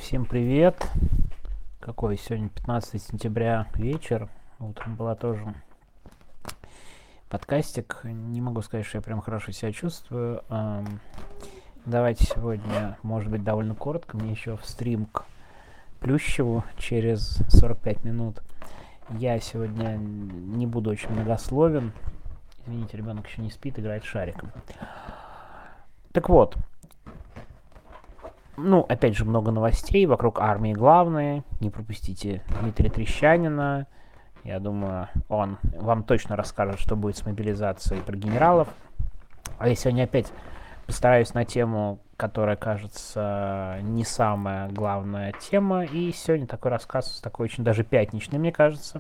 Всем привет! Какой сегодня 15 сентября вечер. Утром была тоже подкастик. Не могу сказать, что я прям хорошо себя чувствую. Давайте сегодня, может быть, довольно коротко. Мне еще в стрим к Плющеву через 45 минут. Я сегодня не буду очень многословен. Извините, ребенок еще не спит, играет шариком. Так вот. Опять же, много новостей вокруг армии главные. Не пропустите Дмитрия Трещанина. Я думаю, он вам точно расскажет, что будет с мобилизацией про генералов. А я сегодня опять постараюсь на тему, которая, кажется, не самая главная тема. И сегодня такой рассказ, такой очень даже пятничный, мне кажется,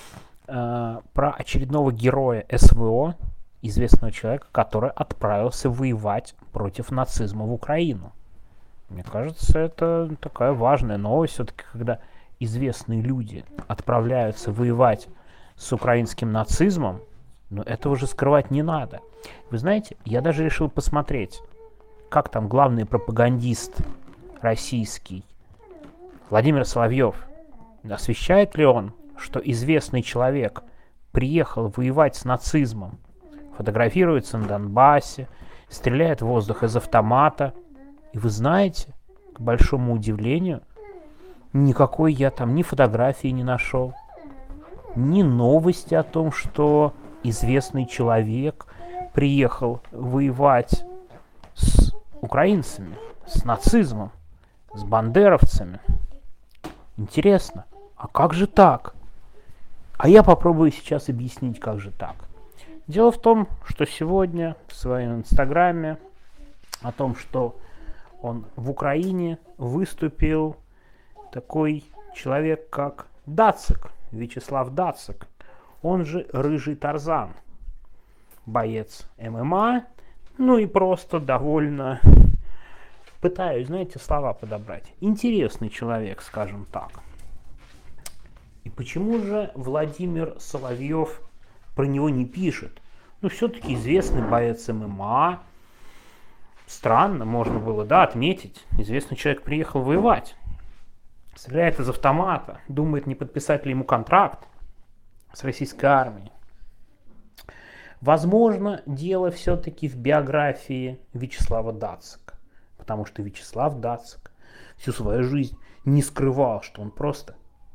про очередного героя СВО, известного человека, который отправился воевать против нацизма в Украину. Мне кажется, это такая важная новость, все-таки, когда известные люди отправляются воевать с украинским нацизмом, но этого же скрывать не надо. Вы знаете, я даже решил посмотреть, как там главный пропагандист российский Владимир Соловьев, освещает ли он, что известный человек приехал воевать с нацизмом, фотографируется на Донбассе, стреляет в воздух из автомата. И вы знаете, к большому удивлению, никакой я там ни фотографии не нашел, ни новости о том, что известный человек приехал воевать с украинцами, с нацизмом, с бандеровцами. Интересно, а как же так? А я попробую сейчас объяснить, как же так. Дело в том, что сегодня в своем инстаграме о том, что он в Украине выступил такой человек, как Дацик, Вячеслав Дацик, он же Рыжий Тарзан, боец ММА, и просто довольно, пытаюсь, знаете, слова подобрать, интересный человек, скажем так. И почему же Владимир Соловьев про него не пишет? Все-таки известный боец ММА. Странно, можно было, отметить. Известный человек приехал воевать. Стреляет из автомата. Думает, не подписать ли ему контракт с российской армией. Возможно, дело все-таки в биографии Вячеслава Дацика. Потому что Вячеслав Дацик всю свою жизнь не скрывал, что он просто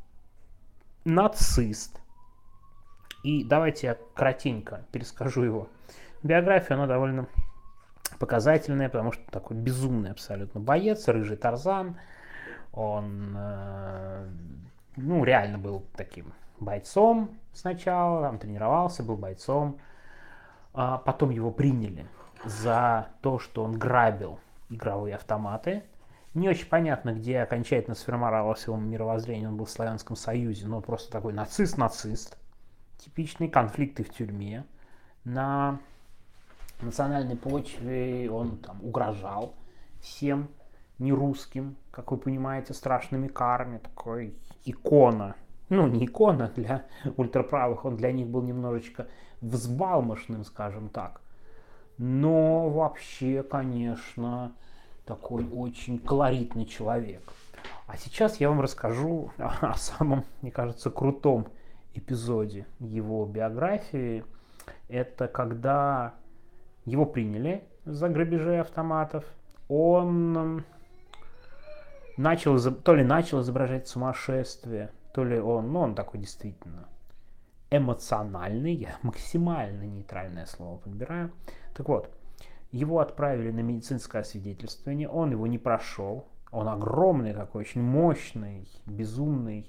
нацист. И давайте я кратенько перескажу его биографию. Она довольно показательная, потому что такой безумный абсолютно боец, Рыжий Тарзан. Он реально был таким бойцом сначала, там тренировался, был бойцом. Потом его приняли за то, что он грабил игровые автоматы. Не очень понятно, где окончательно сформировалось его мировоззрение. Он был в Славянском Союзе, но просто такой нацист. Типичные конфликты в тюрьме. На национальной почве он там угрожал всем нерусским, как вы понимаете, страшными карами. Такой икона. Не икона для ультраправых, он для них был немножечко взбалмошным, скажем так. Но вообще, конечно, такой очень колоритный человек. А сейчас я вам расскажу о самом, мне кажется, крутом эпизоде его биографии. Это когда его приняли за грабежи автоматов. Он то ли начал изображать сумасшествие, то ли он такой действительно эмоциональный. Я максимально нейтральное слово подбираю. Так вот, его отправили на медицинское освидетельствование, он его не прошел. Он огромный такой, очень мощный, безумный.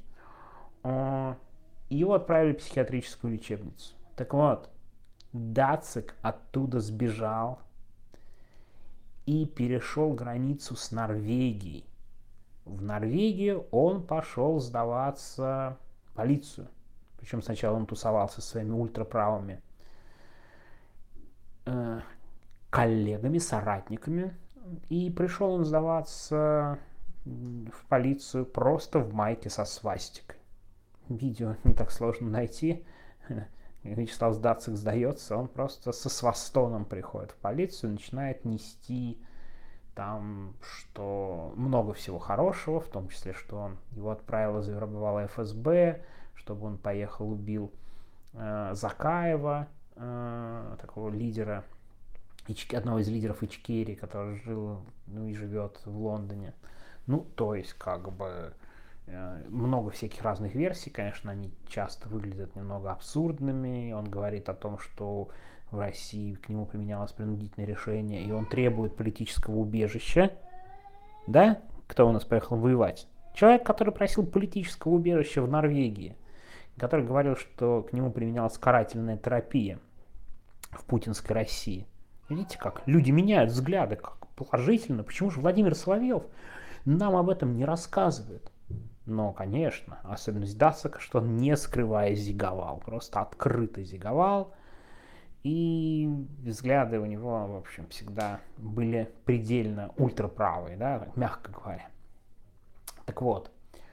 Его отправили в психиатрическую лечебницу. Так вот, Дацик оттуда сбежал и перешел границу с Норвегией. В Норвегию он пошел сдаваться в полицию. Причем сначала он тусовался со своими ультраправыми коллегами, соратниками. И пришел он сдаваться в полицию просто в майке со свастикой. Видео не так сложно найти. Вячеслав Дацик сдается, он просто со свастоном приходит в полицию, начинает нести там, что много всего хорошего, в том числе, что его отправило, завербовало ФСБ, чтобы он поехал, убил Закаева, такого лидера, одного из лидеров Ичкерии, который жил, ну и живет в Лондоне. Ну, то есть, как бы, много всяких разных версий, конечно, они часто выглядят немного абсурдными. Он говорит о том, что в России к нему применялось принудительное решение, и он требует политического убежища. Да? Кто у нас поехал воевать? Человек, который просил политического убежища в Норвегии, который говорил, что к нему применялась карательная терапия в путинской России. Видите как? Люди меняют взгляды, как положительно. Почему же Владимир Соловьев нам об этом не рассказывает? Но, конечно, особенность Дацика, что он не скрывая зиговал, просто открыто зиговал. И взгляды у него, в общем, всегда были предельно ультраправые, да, мягко говоря. Так вот.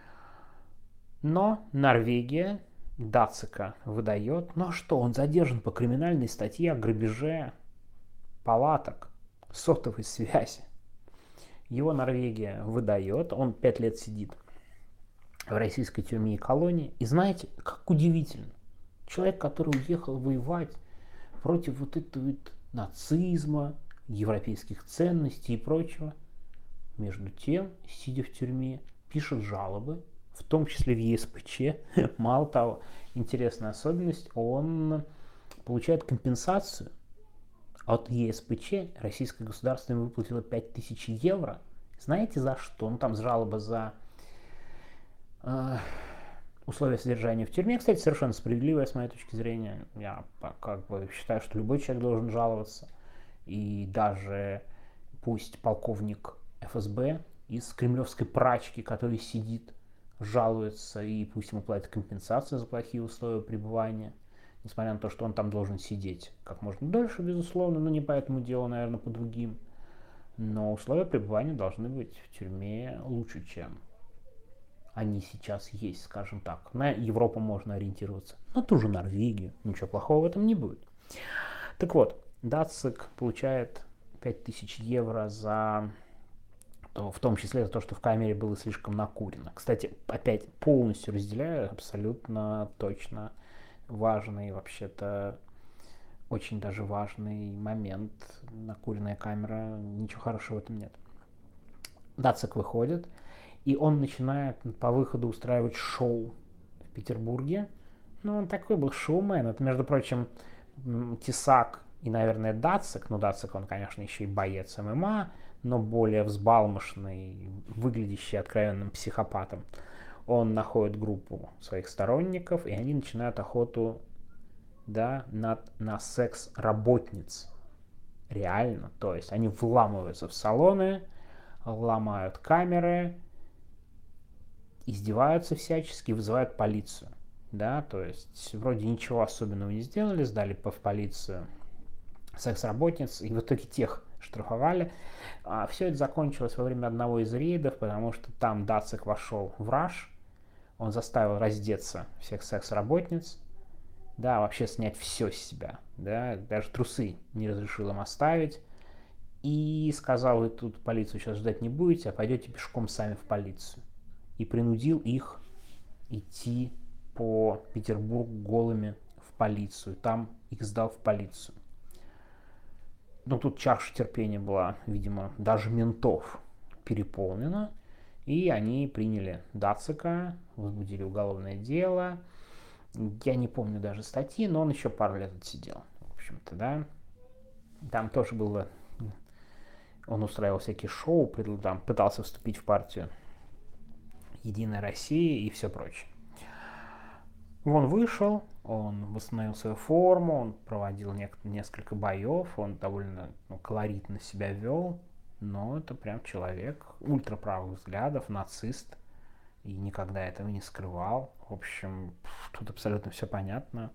Но Норвегия Дацика выдает. Ну а что, он задержан по криминальной статье о грабеже палаток, сотовой связи. Его Норвегия выдает, он 5 лет сидит в российской тюрьме и колонии. И знаете, как удивительно, человек, который уехал воевать против вот этого вот нацизма, европейских ценностей и прочего, между тем, сидя в тюрьме, пишет жалобы, в том числе в ЕСПЧ. Мало того, интересная особенность, он получает компенсацию от ЕСПЧ. Российское государство ему выплатило 5000 евро. Знаете за что? Ну там жалоба за условия содержания в тюрьме. Кстати, совершенно справедливая с моей точки зрения. Я как бы считаю, что любой человек должен жаловаться. И даже пусть полковник ФСБ из кремлевской прачки, который сидит, жалуется, и пусть ему платят компенсацию за плохие условия пребывания, несмотря на то, что он там должен сидеть как можно дольше, безусловно, но не по этому делу, наверное, по другим. Но условия пребывания должны быть в тюрьме лучше, чем они сейчас есть, скажем так. На Европу можно ориентироваться, на ту же Норвегию, ничего плохого в этом не будет. Так вот, Дацик получает 5000 евро за, в том числе за то, что в камере было слишком накурено. Кстати, опять полностью разделяю, абсолютно точно важный, вообще-то очень даже важный момент. Накуренная камера, ничего хорошего в этом нет. Дацик выходит, и он начинает по выходу устраивать шоу в Петербурге. Ну, он такой был шоумен. Это, между прочим, Тесак и, наверное, Дацик. Ну, Дацик, он, конечно, еще и боец ММА, но более взбалмошный, выглядящий откровенным психопатом. Он находит группу своих сторонников, и они начинают охоту, да, на секс-работниц. Реально. То есть они вламываются в салоны, ломают камеры, издеваются всячески, вызывают полицию. Да, то есть вроде ничего особенного не сделали, сдали в полицию секс-работниц, и в итоге тех штрафовали. Все это закончилось во время одного из рейдов, потому что там Дацик вошел в раж, он заставил раздеться всех секс-работниц, да, вообще снять все с себя, да, даже трусы не разрешил им оставить, и сказал: вы тут полицию сейчас ждать не будете, а пойдете пешком сами в полицию. И принудил их идти по Петербургу голыми в полицию. Там их сдал в полицию. Но тут чаша терпения была, видимо, даже ментов переполнена. И они приняли Дацика, возбудили уголовное дело. Я не помню даже статьи, но он еще пару лет отсидел. В общем-то, да. Там тоже было... Он устраивал всякие шоу, там, пытался вступить в партию Единая Россия и все прочее. Он вышел, он восстановил свою форму, он проводил несколько боев, он довольно колоритно себя вел, но это прям человек ультраправых взглядов, нацист, и никогда этого не скрывал. В общем, тут абсолютно все понятно.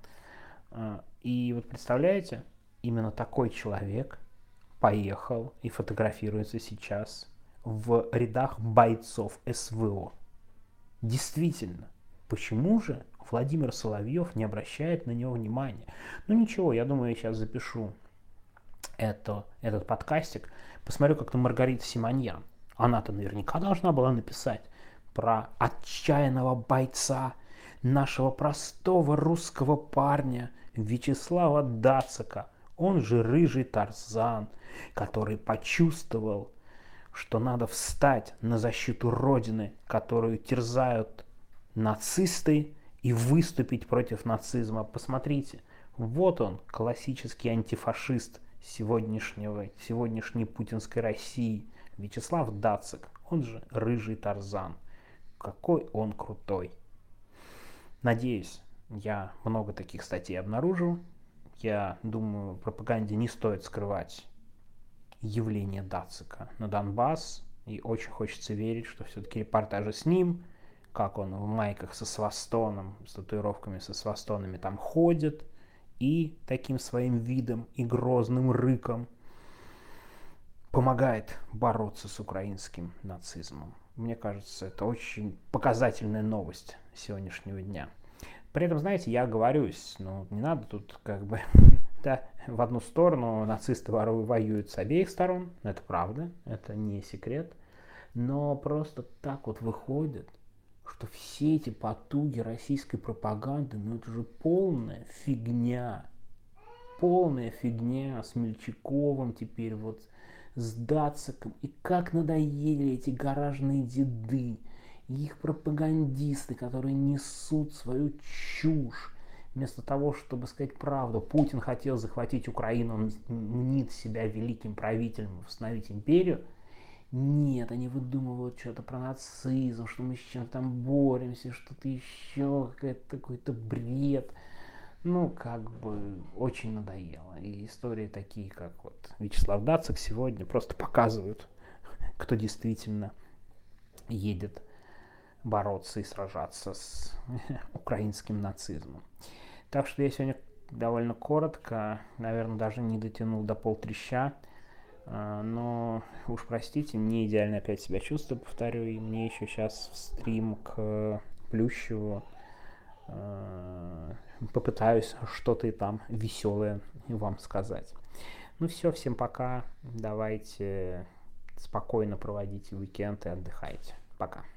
И вот представляете, именно такой человек поехал и фотографируется сейчас в рядах бойцов СВО. Действительно, почему же Владимир Соловьев не обращает на него внимания? Ну ничего, я думаю, я сейчас запишу этот подкастик, посмотрю как-то Маргарита Симоньян. Она-то наверняка должна была написать про отчаянного бойца, нашего простого русского парня Вячеслава Дацика, он же Рыжий Тарзан, который почувствовал, что надо встать на защиту Родины, которую терзают нацисты, и выступить против нацизма. Посмотрите, вот он, классический антифашист сегодняшней путинской России, Вячеслав Дацик, он же Рыжий Тарзан. Какой он крутой. Надеюсь, я много таких статей обнаружу. Я думаю, пропаганде не стоит скрывать явление Дацика на Донбасс. И очень хочется верить, что все-таки репортажи с ним, как он в майках со свастоном, с татуировками со свастонами там ходит, и таким своим видом и грозным рыком помогает бороться с украинским нацизмом. Мне кажется, это очень показательная новость сегодняшнего дня. При этом, знаете, я оговорюсь, не надо тут да, в одну сторону нацисты воюют с обеих сторон, это правда, это не секрет, но просто так вот выходит, что все эти потуги российской пропаганды, это же полная фигня с Мельчаковым теперь вот, с Дациком, и как надоели эти гаражные деды, их пропагандисты, которые несут свою чушь. Вместо того, чтобы сказать правду, Путин хотел захватить Украину, он мнит себя великим правителем, восстановить империю. Нет, они выдумывают что-то про нацизм, что мы с чем-то там боремся, что-то еще, какой-то бред. Очень надоело. И истории такие, как вот Вячеслав Дацик сегодня, просто показывают, кто действительно едет бороться и сражаться с украинским нацизмом. Так что я сегодня довольно коротко, наверное, даже не дотянул до полтреща, но уж простите, не идеально опять себя чувствую, повторю, и мне еще сейчас в стрим к Плющеву попытаюсь что-то и там веселое вам сказать. Все, всем пока, давайте спокойно проводите уикенд и отдыхайте. Пока.